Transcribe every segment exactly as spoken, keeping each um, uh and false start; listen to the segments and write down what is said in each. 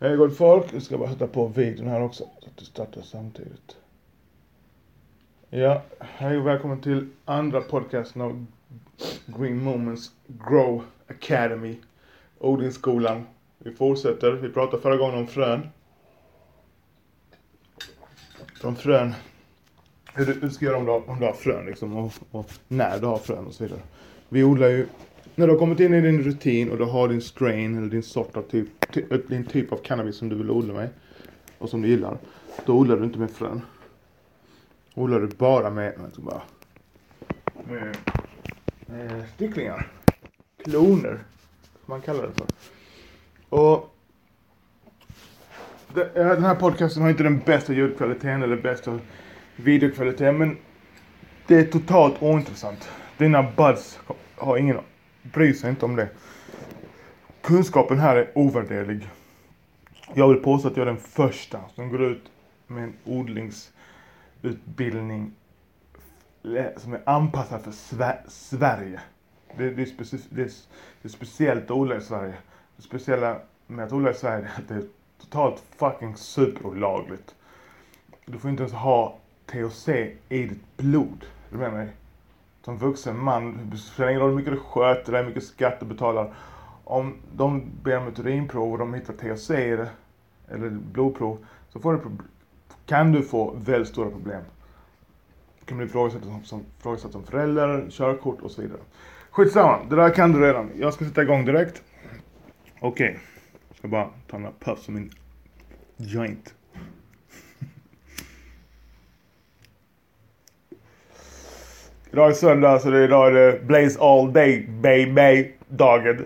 Hej gott folk, jag ska bara sätta på videon här också så att det startar samtidigt. Ja, hej och välkommen till andra podcasten av Green Moments Grow Academy, odlingsskolan. Vi fortsätter, vi pratade förra gången om frön. Från frön, hur du, hur du ska göra om du har, om du har frön liksom, och, och när du har frön och så vidare. Vi odlar ju, när du har kommit in i din rutin och du har din strain eller din sort av typ, ty, din typ av cannabis som du vill odla med och som du gillar, då odlar du inte med frön. Odlar du bara med, bara, med, med sticklingar, kloner, som man kallar det för. Och det, den här podcasten har inte den bästa ljudkvaliteten eller bästa videokvaliteten, men det är totalt ointressant. Dina buds har ingen, bryr sig inte om det. Kunskapen här är ovärderlig. Jag vill påstå att jag är den första som går ut med en odlingsutbildning som är anpassad för Sver- Sverige. Det, det, är speci- det, är, det är speciellt att odla i Sverige. Det speciella med att odla i Sverige är att det är totalt fucking superolagligt. Du får inte ens ha T H C i ditt blod. Du med mig? Som vuxen man, det spelar ingen roll hur mycket du sköter, hur mycket skatt du betalar. Om de ber om ett urinprov och de hittar T H C i det, eller blodprov, så får du problem, kan du få väldigt stora problem. Du kan bli ifrågasatt som, som, ifrågasatt som förälder, körkort och så vidare. Skitsamma, det där kan du redan. Jag ska sätta igång direkt. Okej, okay. Jag ska bara ta några puffs som min joint. Idag är söndag, så det är idag är det Blaze All Day Baby dagen.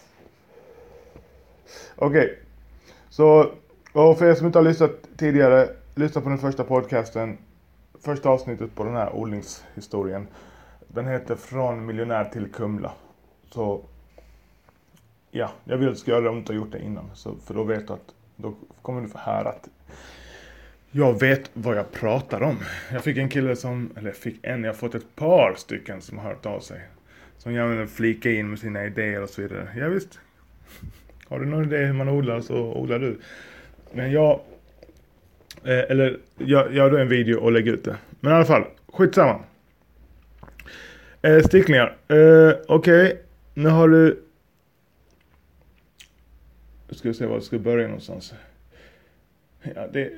Okej, okay. Så och för er som inte har lyssnat tidigare, lyssna på den första podcasten, första avsnittet på den här odlingshistorien. Den heter Från miljonär till Kumla. Så ja, jag vill att du ska göra det om du inte har gjort det innan, så för då vet du att då kommer du få höra att jag vet vad jag pratar om. Jag fick en kille som, eller fick en, jag har fått ett par stycken som har hört av sig. Som gärna flika in med sina idéer och så vidare. Ja visst. Har du någon idé hur man odlar så odlar du. Men jag, eh, eller jag gör du en video och lägger ut det. Men i alla fall, skitsamma. Eh, sticklingar. Eh, Okej, okay. Nu har du, jag ska se var jag ska börja någonstans. Ja, det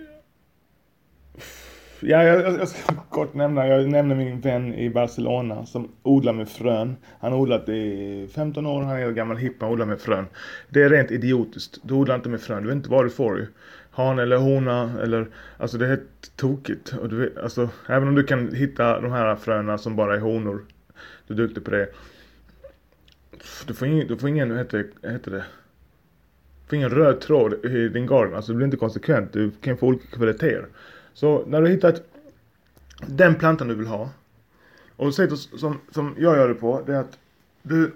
Ja, jag, jag ska kort nämna, jag nämner min vän i Barcelona som odlar med frön. Han har odlat i femton år, han är gammal hippa och odlar med frön. Det är rent idiotiskt, du odlar inte med frön, du vet inte vad du får ju. Han eller hona, eller, alltså det är helt tokigt. Och du vet, alltså, även om du kan hitta de här fröna som bara är honor, du är duktig på det. Du får ingen, du får ingen, vad heter, heter det? Du får ingen röd tråd i din garden, alltså det blir inte konsekvent, du kan få olika kvaliteter. Så när du har hittat den plantan du vill ha, och sättet som, som jag gör det på, det är att du,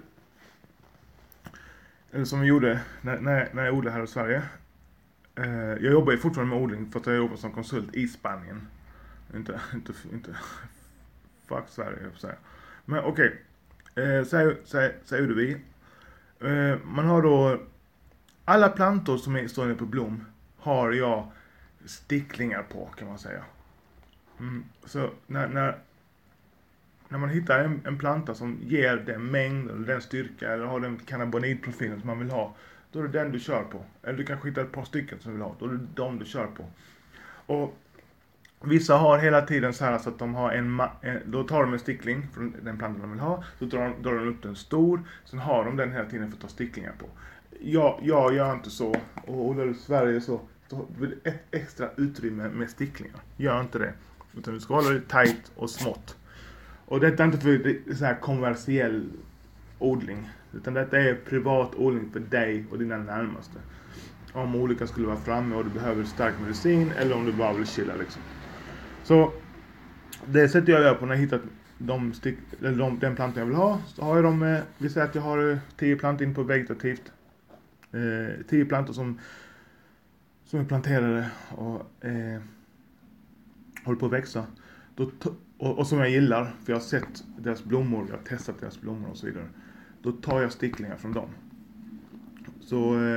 eller som vi gjorde när, när, när jag odlade här i Sverige. Eh, jag jobbar ju fortfarande med odling för att jag jobbar som konsult i Spanien. Inte, inte, inte fuck Sverige, jag får säga. Men okej, okay. eh, så, så, så gjorde vi. Eh, man har då, alla plantor som är stående på blom har jag sticklingar på, kan man säga. Mm. Så när, när, när man hittar en, en planta som ger den mängd eller den styrka eller har den cannabinoidprofilen som man vill ha, då är det den du kör på. Eller du kanske hittar ett par stycken som du vill ha, då är det de du kör på. Och vissa har hela tiden så här så att de har en, en då tar de en stickling från den plantan de vill ha, så drar de, drar de upp den stor, sen har de den hela tiden för att ta sticklingar på. Jag, jag gör inte så, och odlar i Sverige så så vill ett extra utrymme med sticklingar. Gör inte det. Utan du ska hålla det tight och smått. Och detta är inte för så här kommersiell odling. Utan detta är privat odling för dig och dina närmaste. Om olika skulle vara framme och du behöver stark medicin. Eller om du bara vill chilla liksom. Så det sätter jag gör på när jag hittat de stick, eller de, den plantan jag vill ha. Så har jag dem med, vi säger att jag har tio plantor in på vegetativt. Eh, tio plantor som som är planterade och eh, håller på att växa. Då t- och, och som jag gillar, för jag har sett deras blommor, jag har testat deras blommor och så vidare. Då tar jag sticklingar från dem. Så eh,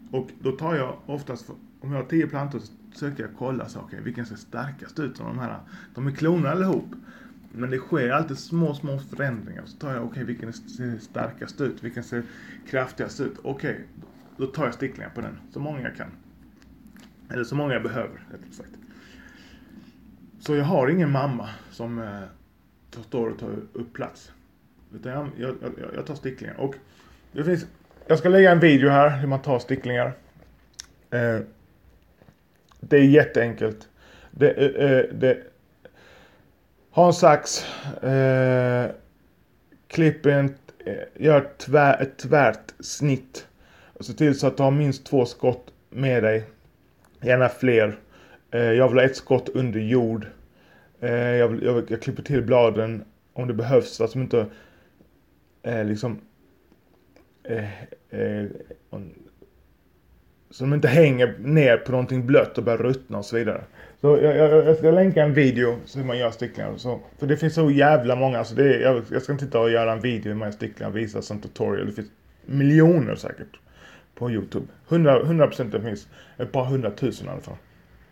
Och då tar jag oftast, om jag har tio plantor så söker jag kolla saker. Okay, vilken ser starkast ut av de här? De är kloner allihop. Men det sker alltid små, små förändringar. Så tar jag, okej, okay, vilken ser starkast ut? Vilken ser kraftigast ut? Okej, okay, då tar jag sticklingar på den. Så många jag kan. Eller så många jag behöver, rättare sagt. Så jag har ingen mamma som eh, står och tar upp plats. Utan jag, jag, jag, jag tar sticklingar. Och det finns, jag ska lägga en video här hur man tar sticklingar. Eh, det är jätteenkelt. Det, eh, det, ha en sax. Eh, klipp en, eh, gör tvär, ett tvärt snitt. Och se till så att du har minst två skott med dig. Gärna fler. Eh, jag vill ha ett skott under jord. Eh, jag, vill, jag, jag klipper till bladen om det behövs. Så att de inte eh, liksom eh, eh, så de inte hänger ner på någonting blött och börjar ruttna och så vidare. Så jag, jag, jag ska länka en video så hur man gör sticklingar. Så, för det finns så jävla många. Så det är, jag, jag ska inte ta och göra en video hur man gör sticklingar och visa som tutorial. Det finns miljoner säkert på YouTube. hundra procent det finns ett par hundratusen i alla fall.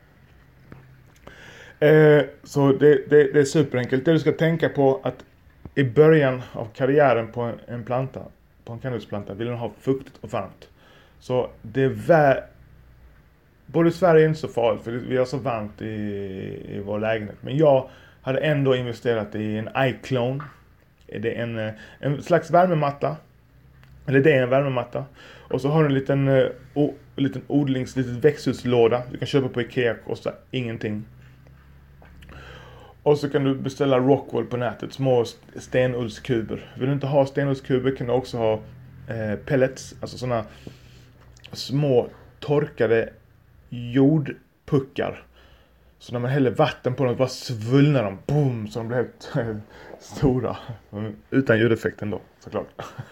Eh, så det, det, det är superenkelt. Det du ska tänka på att i början av karriären på en, en planta, på en cannabisplanta, vill den ha fuktigt och varmt. Så det är vä- både i Sverige är inte så farligt för vi har så varmt i, i vår lägenhet. Men jag hade ändå investerat i en iClone. Det är en, en slags värmematta. Eller det är en värmematta. Och så har du en liten, o, liten odlings, litet växthuslåda. Du kan köpa på Ikea, kostar ingenting. Och så kan du beställa Rockwool på nätet, små stenullskuber. Vill du inte ha stenullskuber kan du också ha eh, pellets, alltså sådana små torkade jordpuckar. Så när man häller vatten på dem bara svullnar de, boom, så de blir helt stora. Utan ljudeffekten då, såklart.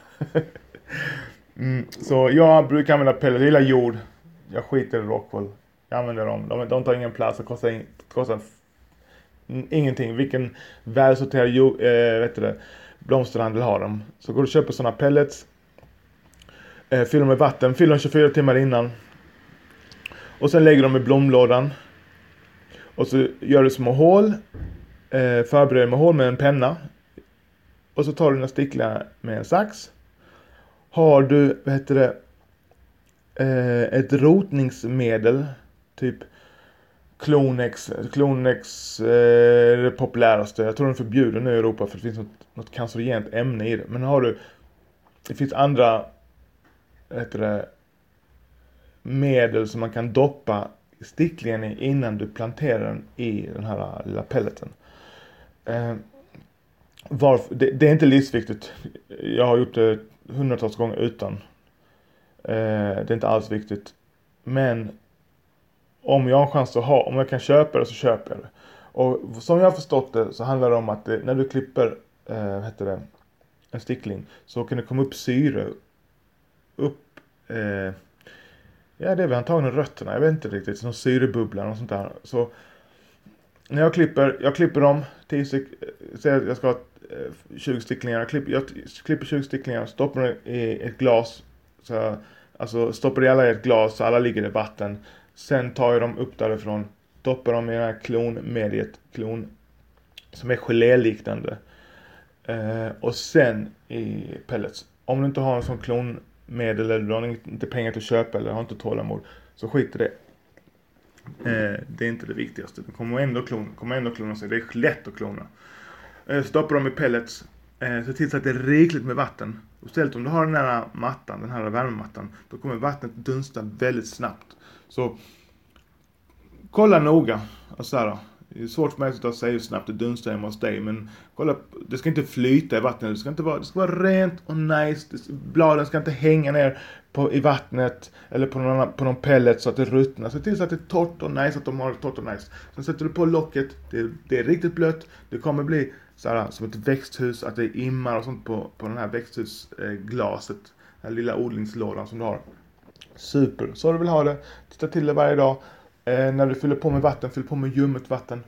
mm, så jag brukar använda pellets, jag gillar jord. Jag skiter i Rockwool. Jag använder dem, de, de tar ingen plats och kostar, in, kostar ingenting. Vilken välsorterad jo, eh, vet du det, blomsterhandel har dem. Så går du och köper sådana pellets. Eh, fyller med vatten. Fyller dem tjugofyra timmar innan. Och sen lägger de i blomlådan. Och så gör du små hål. Eh, förbereder med hål med en penna. Och så tar du dina sticklingar med en sax. Har du, vad heter det, eh, ett rotningsmedel. Typ Klonex, Klonex eh, är det populäraste. Jag tror den är förbjuden nu i Europa för det finns något, något cancerogent ämne i det. Men har du, det finns andra heter det, medel som man kan doppa sticklingen i innan du planterar den i den här lilla pelleten. Eh, varför, det, det är inte livsviktigt. Jag har gjort det hundratals gånger utan. Eh, det är inte alls viktigt. Men om jag har en chans att ha, om jag kan köpa det så köper jag det. Och som jag har förstått det så handlar det om att det, när du klipper eh, vad heter det, en stickling så kan det komma upp syre upp eh, ja det är väl antagligen rötterna, jag vet inte riktigt, som syrebubblan och sånt där. Så när jag klipper, jag klipper dem tio stycken, säg att jag ska ha eh, tjugo sticklingar, jag klipper, jag klipper tjugo sticklingar, stoppar dem i ett glas, så jag, alltså stoppar i alla i ett glas så alla ligger i vatten. Sen tar jag dem upp därifrån, doppar dem i den här klonmediet, klon som är geléliknande. Eh, och sen i pellets. Om du inte har en sån klonmedel eller du har inte pengar till att köpa eller har inte tålamod, så skit i det. Eh, det är inte det viktigaste. De kommer ändå klona, kommer ändå klona sig. Det är lätt att klona. Eh, stoppar dem i pellets. Eh, se till så att det är rikligt med vatten. Och istället om du har den här mattan, den här värmemattan, då kommer vattnet dunsta väldigt snabbt. Så kolla noga. Alltså här, det är svårt för mig att säga hur snabbt det dunstar hemma hos dig. Men kolla, det ska inte flyta i vattnet. Det ska, inte vara, det ska vara rent och nice. Det, bladen ska inte hänga ner på, i vattnet. Eller på någon, på någon pellet så att det ruttnar. Så till så att det är torrt och nice. Att de har det torrt och nice. Sen sätter du på locket. Det, det är riktigt blött. Det kommer bli så här, som ett växthus. Att det är immar och sånt på, på den här växthusglaset. Den här lilla odlingslådan som du har. Super. Så du vill ha det. Titta till det varje dag. Eh, när du fyller på med vatten, fyll på med ljummet vatten.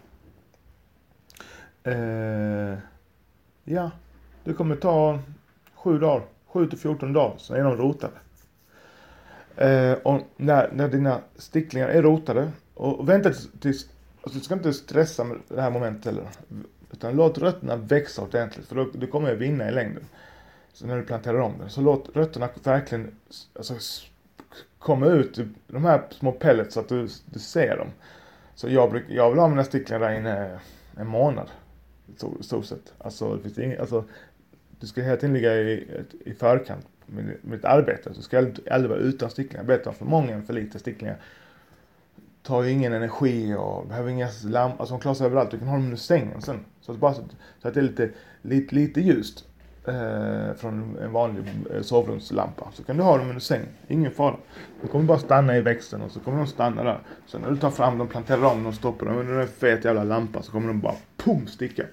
Eh, ja, det kommer ta sju dagar, sju till fjorton dagar, så är de rotade. Eh, och när, när dina sticklingar är rotade, och, och vänta tills, alltså du ska inte stressa med det här momentet heller. Utan låt rötterna växa ordentligt, för då, du kommer att vinna i längden. Så när du planterar om den, så låt rötterna verkligen alltså, komma ut i de här små pellets så att du, du ser dem. Så jag, bruk, jag vill ha mina sticklingar där inne en månad. I stort sett. Alltså, det finns inget, alltså, du ska hela tiden ligga i, i förkant med, med ditt arbete. Så ska jag aldrig vara utan sticklingar. Bättre för många än för lite sticklingar. Tar ju ingen energi och behöver inga lampor. Alltså de klarar sig överallt. Du kan ha dem under sängen sen. Så att, bara så, så att det är lite, lite, lite ljust. Eh, från en vanlig eh, sovrumslampa. Så kan du ha dem under sängen. Ingen fara. De kommer bara stanna i växten och så kommer de stanna där. Så när du tar fram dem, planterar om dem och stoppar dem under en fet jävla lampa så kommer de bara pum sticka.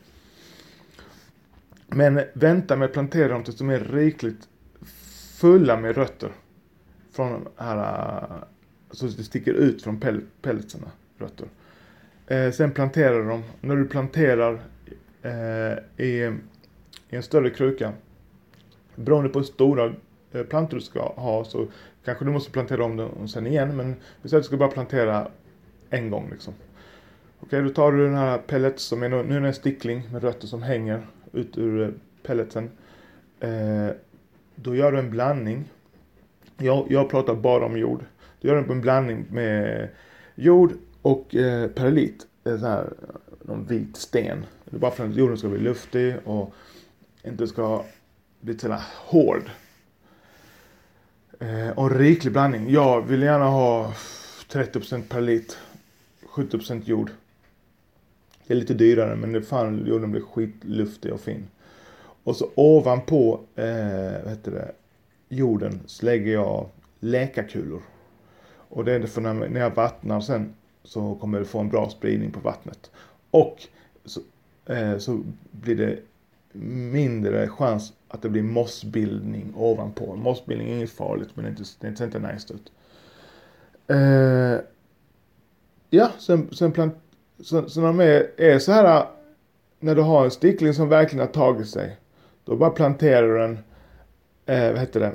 Men vänta med att plantera dem tills de är rikligt fulla med rötter. Från här, så det sticker ut från pell- pelletsarna, rötter. Eh, sen planterar de. När du planterar eh, i, i en större kruka, beroende på hur stora eh, plantor du ska ha, så kanske du måste plantera om den sen igen. Men vi säger att du ska bara plantera en gång liksom. Okej, då tar du den här pellet som är, nu är det en stickling med rötter som hänger ut ur pelletsen. Eh, då gör du en blandning. Jag, jag pratar bara om jord. Du gör en blandning med jord och eh, perlit. Det är så här, någon vit sten. Det är bara för att jorden ska bli luftig och inte ska bli så här hård. Eh, och en riklig blandning. Jag vill gärna ha trettio procent perlit, sjuttio procent jord. Det är lite dyrare, men det fan jorden blir skitluftig och fin. Och så ovanpå eh, vad heter det, jorden så lägger jag läkarkulor. Och det är det för när, när jag vattnar sen så kommer du få en bra spridning på vattnet. Och så, eh, så blir det mindre chans att det blir mossbildning ovanpå. Mossbildning är inget farligt, men det, är inte, det ser inte nice ut. Eh, ja, sen, sen plant Så, så när de är, är så här, när du har en stickling som verkligen har tagit sig, då bara planterar du den, eh, vad heter det,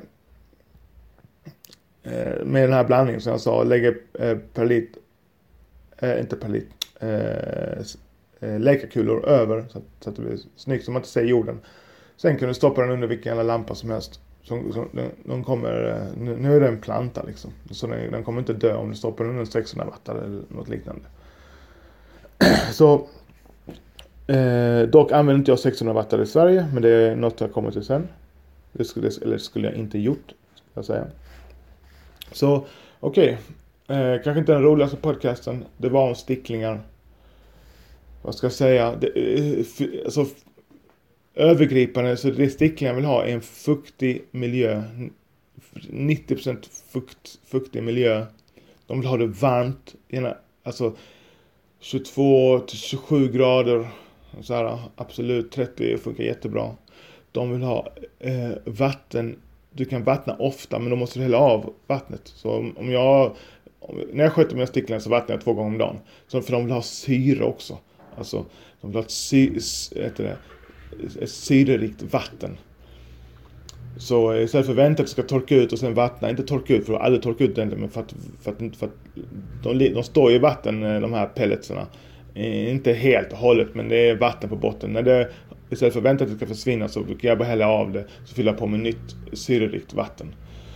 eh, med den här blandningen som jag sa, lägger eh, perlit, eh, inte perlit, eh, läkarkulor över så att, så att det blir snyggt så man inte ser jorden. Sen kan du stoppa den under vilken jävla lampa som helst. Så, så, de, de kommer, nu, nu är det en planta liksom, så den, den kommer inte dö om du stoppar den under sexhundra watt eller något liknande. Så eh, dock använder inte jag sexhundra watt i Sverige, men det är något jag kommer till sen. Det skulle, eller skulle jag inte gjort, ska jag säga. Så okej, okay. eh, kanske inte den roligaste podcasten. Det var om sticklingar. Vad ska jag säga? Det, eh, f- alltså, övergripande, så det sticklingar vill ha är en fuktig miljö. nittio procent fukt, fuktig miljö. De vill ha det varmt. Alltså tjugotvå till tjugosju grader. Så här, absolut trettio funkar jättebra. De vill ha eh, vatten. Du kan vattna ofta, men då måste du hälla av vattnet. Så om, om jag om, när jag sköter mina sticklingar så vattnar jag två gånger om dagen. Så för de vill ha syre också. Alltså de vill ha ett, sy, heter det, ett syrerikt vatten. Så istället för att vänta att det ska torka ut och sen vattna, inte torka ut för att aldrig torka ut den, men för att, för att, för att de, de står i vatten, de här pelletsarna. Inte helt och hållet, men det är vatten på botten. När det, istället för att vänta att det ska försvinna så kan jag bara hälla av det, så fyller jag på med nytt syrerikt vatten.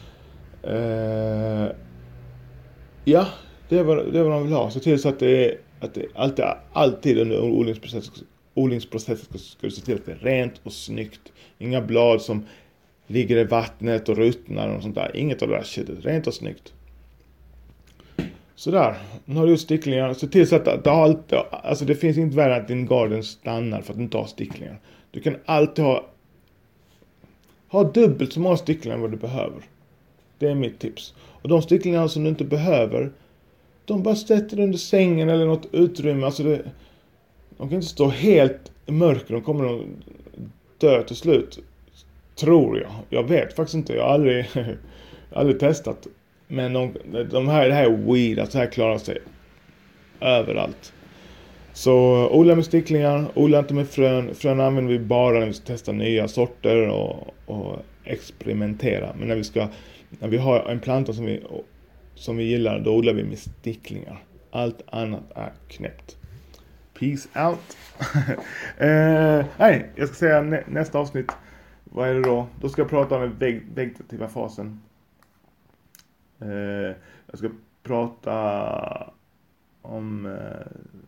Uh, ja, det är, vad, det är vad de vill ha. Så till så att det är, att det alltid, alltid under odlingsprocessen, odlingsprocessen ska, ska du se till att det är rent och snyggt. Inga blad som ligger i vattnet och ruttnar och sånt där. Inget av det där shitet. Rent och snyggt. Sådär. Nu har du sticklingar. Så till så att det, alltid, alltså det finns inte värre att din garden stannar för att du inte har sticklingar. Du kan alltid ha ha dubbelt så många sticklingar än vad du behöver. Det är mitt tips. Och de sticklingar som du inte behöver, de bara sätter under sängen eller något utrymme. Alltså det, de kan inte stå helt i mörker. De kommer att dö till slut. Tror jag. Jag vet faktiskt inte. Jag har aldrig, aldrig testat. Men de, de här, det här är weed. Alltså här klarar sig överallt. Så odla med sticklingar. Odla inte med frön. Frön använder vi bara när vi ska testa nya sorter och, och experimentera. Men när vi ska När vi har en planta som vi, som vi gillar, då odlar vi med sticklingar. Allt annat är knäppt. Peace out. eh, nej, jag ska säga nä- nästa avsnitt. Vad är det då? Då ska jag prata om den veg- vegetativa fasen. Eh, jag ska prata om eh,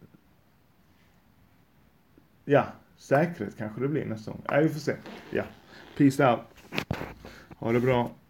ja, säkerhet kanske det blir nästa gång. Nej, vi får se. Ja. Peace out. Ha det bra.